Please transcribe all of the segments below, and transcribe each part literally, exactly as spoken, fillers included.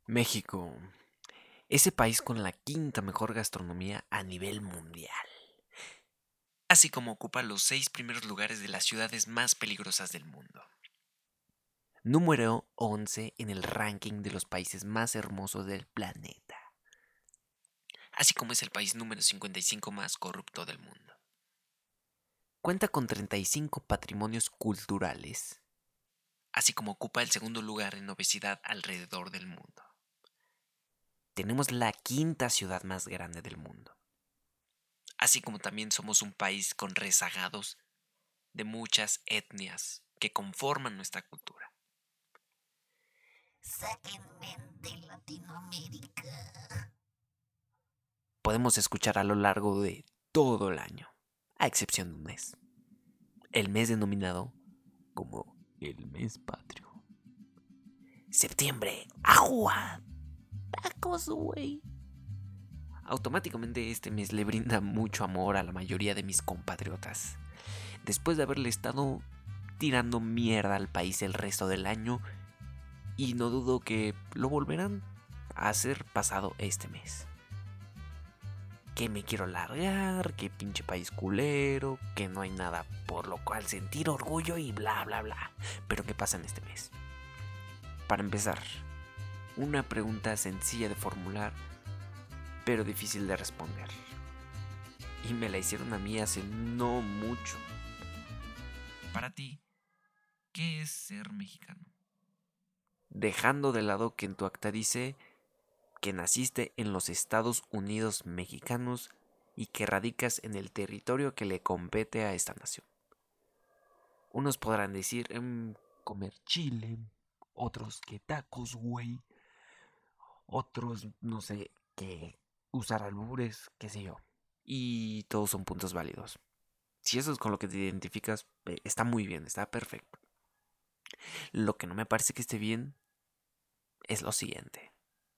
México, ese país con la quinta mejor gastronomía a nivel mundial, así como ocupa los seis primeros lugares de las ciudades más peligrosas del mundo. Número once en el ranking de los países más hermosos del planeta, así como es el país número cincuenta y cinco más corrupto del mundo. Cuenta con treinta y cinco patrimonios culturales, así como ocupa el segundo lugar en obesidad alrededor del mundo. Tenemos la quinta ciudad más grande del mundo, así como también somos un país con rezagados de muchas etnias que conforman nuestra cultura. Sáquenme de Latinoamérica. Podemos escuchar a lo largo de todo el año, a excepción de un mes. El mes denominado como el mes patrio. Septiembre, agua, tacos, güey. Automáticamente este mes le brinda mucho amor a la mayoría de mis compatriotas. Después de haberle estado tirando mierda al país el resto del año, y no dudo que lo volverán a hacer pasado este mes. Que me quiero largar, que pinche país culero, que no hay nada por lo cual sentir orgullo y bla bla bla. Pero ¿qué pasa en este mes? Para empezar, una pregunta sencilla de formular, pero difícil de responder. Y me la hicieron a mí hace no mucho. Para ti, ¿qué es ser mexicano? Dejando de lado que en tu acta dice que naciste en los Estados Unidos mexicanos y que radicas en el territorio que le compete a esta nación. Unos podrán decir em, comer chile, otros que tacos, güey, otros no sé, que usar albures, qué sé yo. Y todos son puntos válidos. Si eso es con lo que te identificas, eh, está muy bien, está perfecto. Lo que no me parece que esté bien es lo siguiente.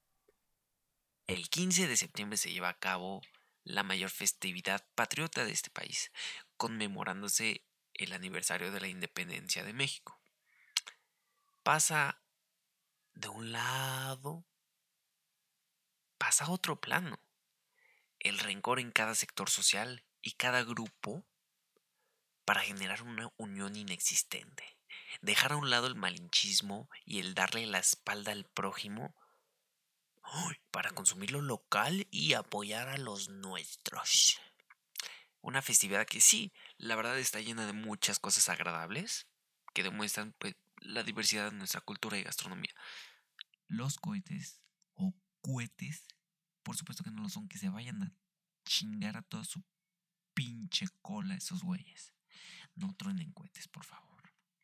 El quince de septiembre se lleva a cabo la mayor festividad patriota de este país, conmemorándose el aniversario de la independencia de México. Pasa de un lado, pasa a otro plano. El rencor en cada sector social y cada grupo para generar una unión inexistente. Dejar a un lado el malinchismo y el darle la espalda al prójimo para consumir lo local y apoyar a los nuestros. Una festividad que sí, la verdad está llena de muchas cosas agradables que demuestran pues, la diversidad de nuestra cultura y gastronomía. Los cohetes o cohetes, por supuesto que no lo son, que se vayan a chingar a toda su pinche cola esos güeyes. No truenen cohetes, por favor.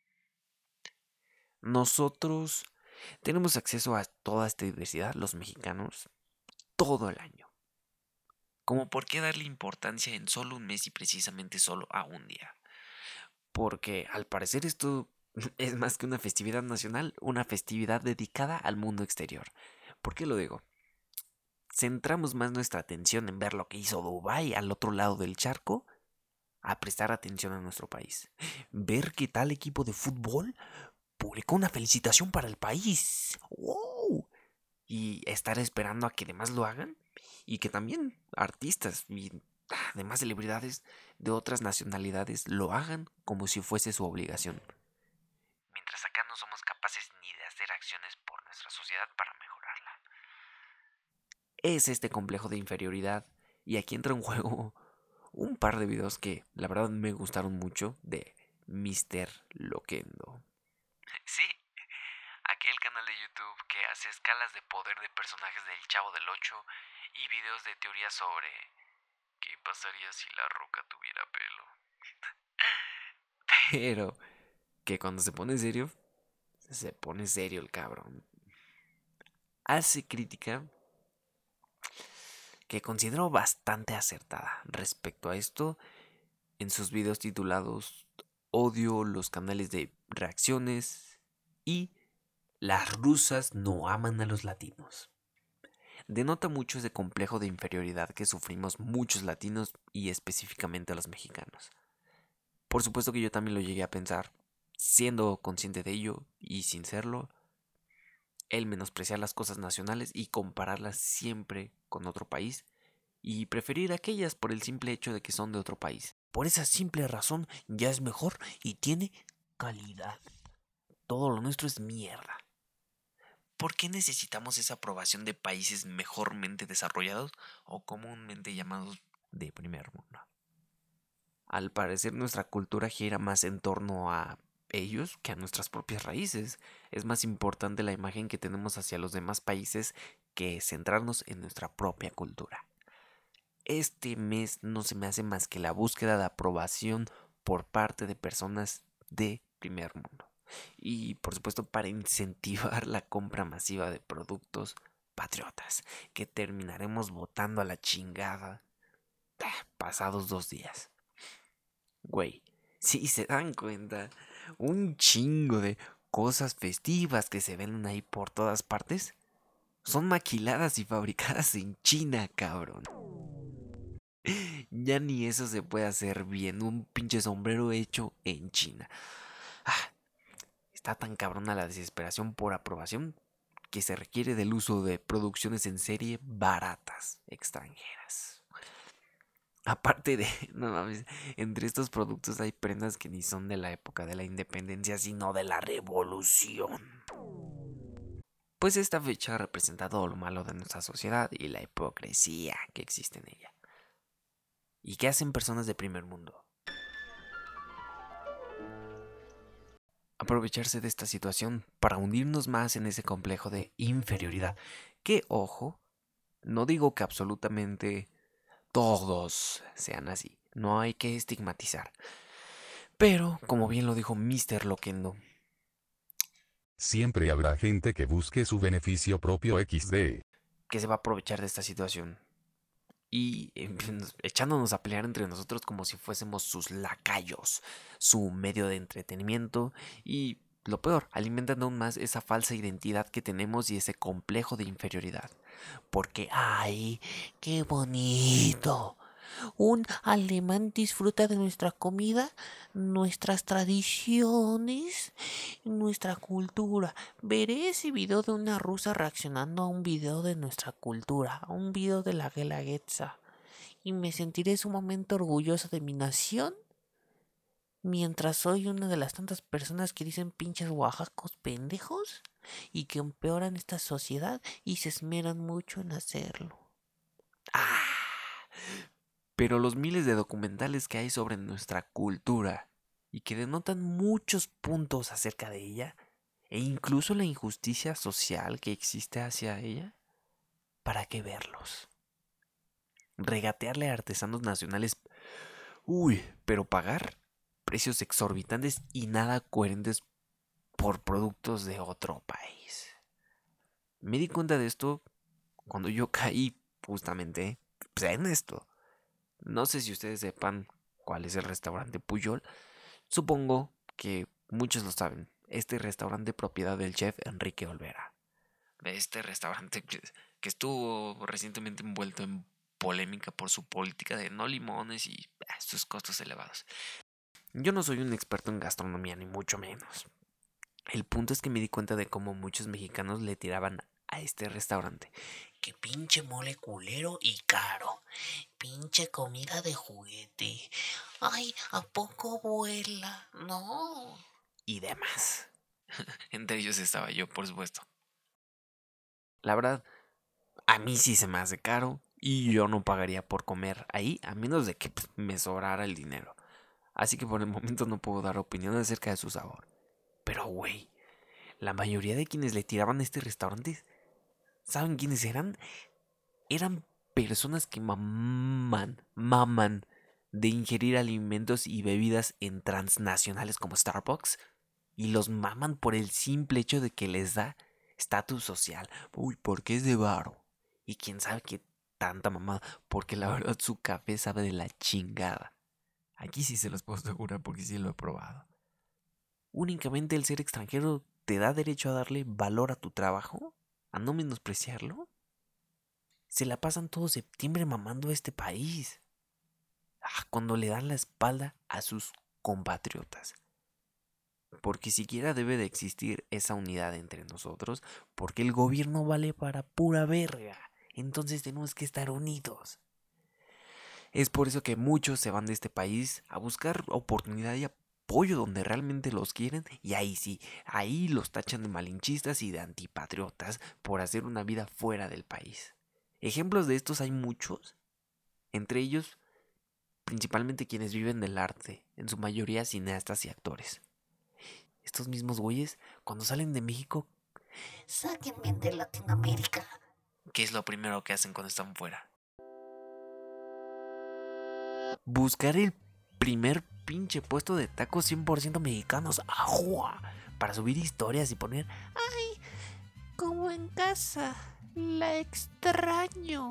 Nosotros tenemos acceso a toda esta diversidad, los mexicanos, todo el año. Como por qué darle importancia en solo un mes y precisamente solo a un día. Porque al parecer esto es más que una festividad nacional, una festividad dedicada al mundo exterior. ¿Por qué lo digo? Centramos más nuestra atención en ver lo que hizo Dubái al otro lado del charco a prestar atención a nuestro país. Ver que tal equipo de fútbol publicó una felicitación para el país. ¡Wow! Y estar esperando a que demás lo hagan y que también artistas y además celebridades de otras nacionalidades lo hagan como si fuese su obligación. Mientras acá no somos capaces ni de hacer acciones por nuestra sociedad para mejorarla. Es este complejo de inferioridad y aquí entra en juego un par de videos que la verdad me gustaron mucho de míster Loquendo. Sí, aquel canal de YouTube que hace escalas de poder de personajes del Chavo del Ocho y videos de teoría sobre qué pasaría si la Roca tuviera pelo. Pero que cuando se pone serio, se pone serio el cabrón. Hace crítica que considero bastante acertada respecto a esto en sus videos titulados Odio los canales de reacciones y Las rusas no aman a los latinos. Denota mucho ese complejo de inferioridad que sufrimos muchos latinos y específicamente los mexicanos. Por supuesto que yo también lo llegué a pensar, siendo consciente de ello y sin serlo, el menospreciar las cosas nacionales y compararlas siempre con otro país y preferir aquellas por el simple hecho de que son de otro país. Por esa simple razón ya es mejor y tiene calidad. Todo lo nuestro es mierda. ¿Por qué necesitamos esa aprobación de países mejormente desarrollados o comúnmente llamados de primer mundo? Al parecer nuestra cultura gira más en torno a ellos que a nuestras propias raíces. Es más importante la imagen que tenemos hacia los demás países que centrarnos en nuestra propia cultura. Este mes no se me hace más que la búsqueda de aprobación por parte de personas de primer mundo. Y por supuesto para incentivar la compra masiva de productos patriotas que terminaremos botando a la chingada pasados dos días. Güey, si se dan cuenta, un chingo de cosas festivas que se ven ahí por todas partes son maquiladas y fabricadas en China, cabrón. Ya ni eso se puede hacer bien, un pinche sombrero hecho en China. Ah, está tan cabrona la desesperación por aprobación que se requiere del uso de producciones en serie baratas extranjeras. Aparte de, no mames, entre estos productos hay prendas que ni son de la época de la independencia, sino de la revolución. Pues esta fecha representa todo lo malo de nuestra sociedad y la hipocresía que existe en ella. ¿Y qué hacen personas de primer mundo? Aprovecharse de esta situación para hundirnos más en ese complejo de inferioridad. Que, ojo, no digo que absolutamente todos sean así. No hay que estigmatizar. Pero, como bien lo dijo míster Loquendo, siempre habrá gente que busque su beneficio propio equis de. que se va a aprovechar de esta situación. Y eh, echándonos a pelear entre nosotros como si fuésemos sus lacayos, su medio de entretenimiento y, lo peor, alimentan aún más esa falsa identidad que tenemos y ese complejo de inferioridad. Porque, ¡ay, qué bonito! Un alemán disfruta de nuestra comida, nuestras tradiciones, nuestra cultura. Veré ese video de una rusa reaccionando a un video de nuestra cultura, a un video de la Guelaguetza. Y me sentiré sumamente orgulloso de mi nación, mientras soy una de las tantas personas que dicen pinches oaxacos pendejos y que empeoran esta sociedad y se esmeran mucho en hacerlo. ¡Ah! Pero los miles de documentales que hay sobre nuestra cultura y que denotan muchos puntos acerca de ella, e incluso la injusticia social que existe hacia ella, ¿para qué verlos? Regatearle a artesanos nacionales, uy, pero pagar precios exorbitantes y nada coherentes por productos de otro país. Me di cuenta de esto cuando yo caí justamente pues, en esto. No sé si ustedes sepan cuál es el restaurante Puyol. Supongo que muchos lo saben. Este restaurante propiedad del chef Enrique Olvera. Este restaurante que, que estuvo recientemente envuelto en polémica por su política de no limones y ah, sus costos elevados. Yo no soy un experto en gastronomía, ni mucho menos. El punto es que me di cuenta de cómo muchos mexicanos le tiraban a este restaurante. Que pinche mole culero y caro. Pinche comida de juguete. Ay, ¿a poco vuela? No. Y demás. Entre ellos estaba yo, por supuesto. La verdad, a mí sí se me hace caro y yo no pagaría por comer ahí a menos de que pues, me sobrara el dinero. Así que por el momento no puedo dar opinión acerca de su sabor. Pero güey, la mayoría de quienes le tiraban a este restaurante, ¿saben quiénes eran? Eran personas que maman, maman de ingerir alimentos y bebidas en transnacionales como Starbucks y los maman por el simple hecho de que les da estatus social. Uy, porque es de varo. Y quién sabe qué tanta mamada, porque la verdad su café sabe de la chingada. Aquí sí se los puedo asegurar porque sí lo he probado. Únicamente el ser extranjero te da derecho a darle valor a tu trabajo, a no menospreciarlo. Se la pasan todo septiembre mamando a este país. Ah, cuando le dan la espalda a sus compatriotas. Porque siquiera debe de existir esa unidad entre nosotros, porque el gobierno vale para pura verga. Entonces tenemos que estar unidos. Es por eso que muchos se van de este país a buscar oportunidad y apoyo donde realmente los quieren, y ahí sí, ahí los tachan de malinchistas y de antipatriotas por hacer una vida fuera del país. Ejemplos de estos hay muchos, entre ellos principalmente quienes viven del arte, en su mayoría cineastas y actores. Estos mismos güeyes, cuando salen de México, Sáquenme de Latinoamérica. ¿qué es lo primero que hacen cuando están fuera? Buscar el primer pinche puesto de tacos cien por ciento mexicanos, ¡ajua!, para subir historias y poner, Ay, como en casa, la extraño.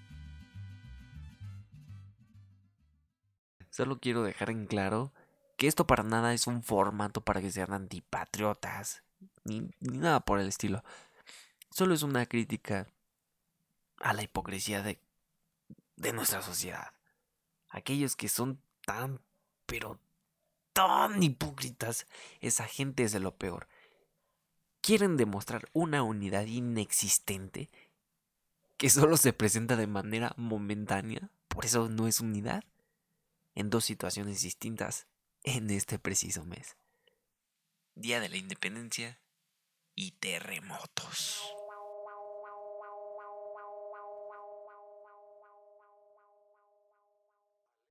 solo quiero dejar en claro que esto para nada es un formato para que sean antipatriotas, ni, ni nada por el estilo. Solo es una crítica a la hipocresía de, de nuestra sociedad. Aquellos que son tan, pero tan hipócritas, esa gente es de lo peor. Quieren demostrar una unidad inexistente que solo se presenta de manera momentánea, por eso no es unidad, en dos situaciones distintas en este preciso mes. Día de la Independencia y terremotos.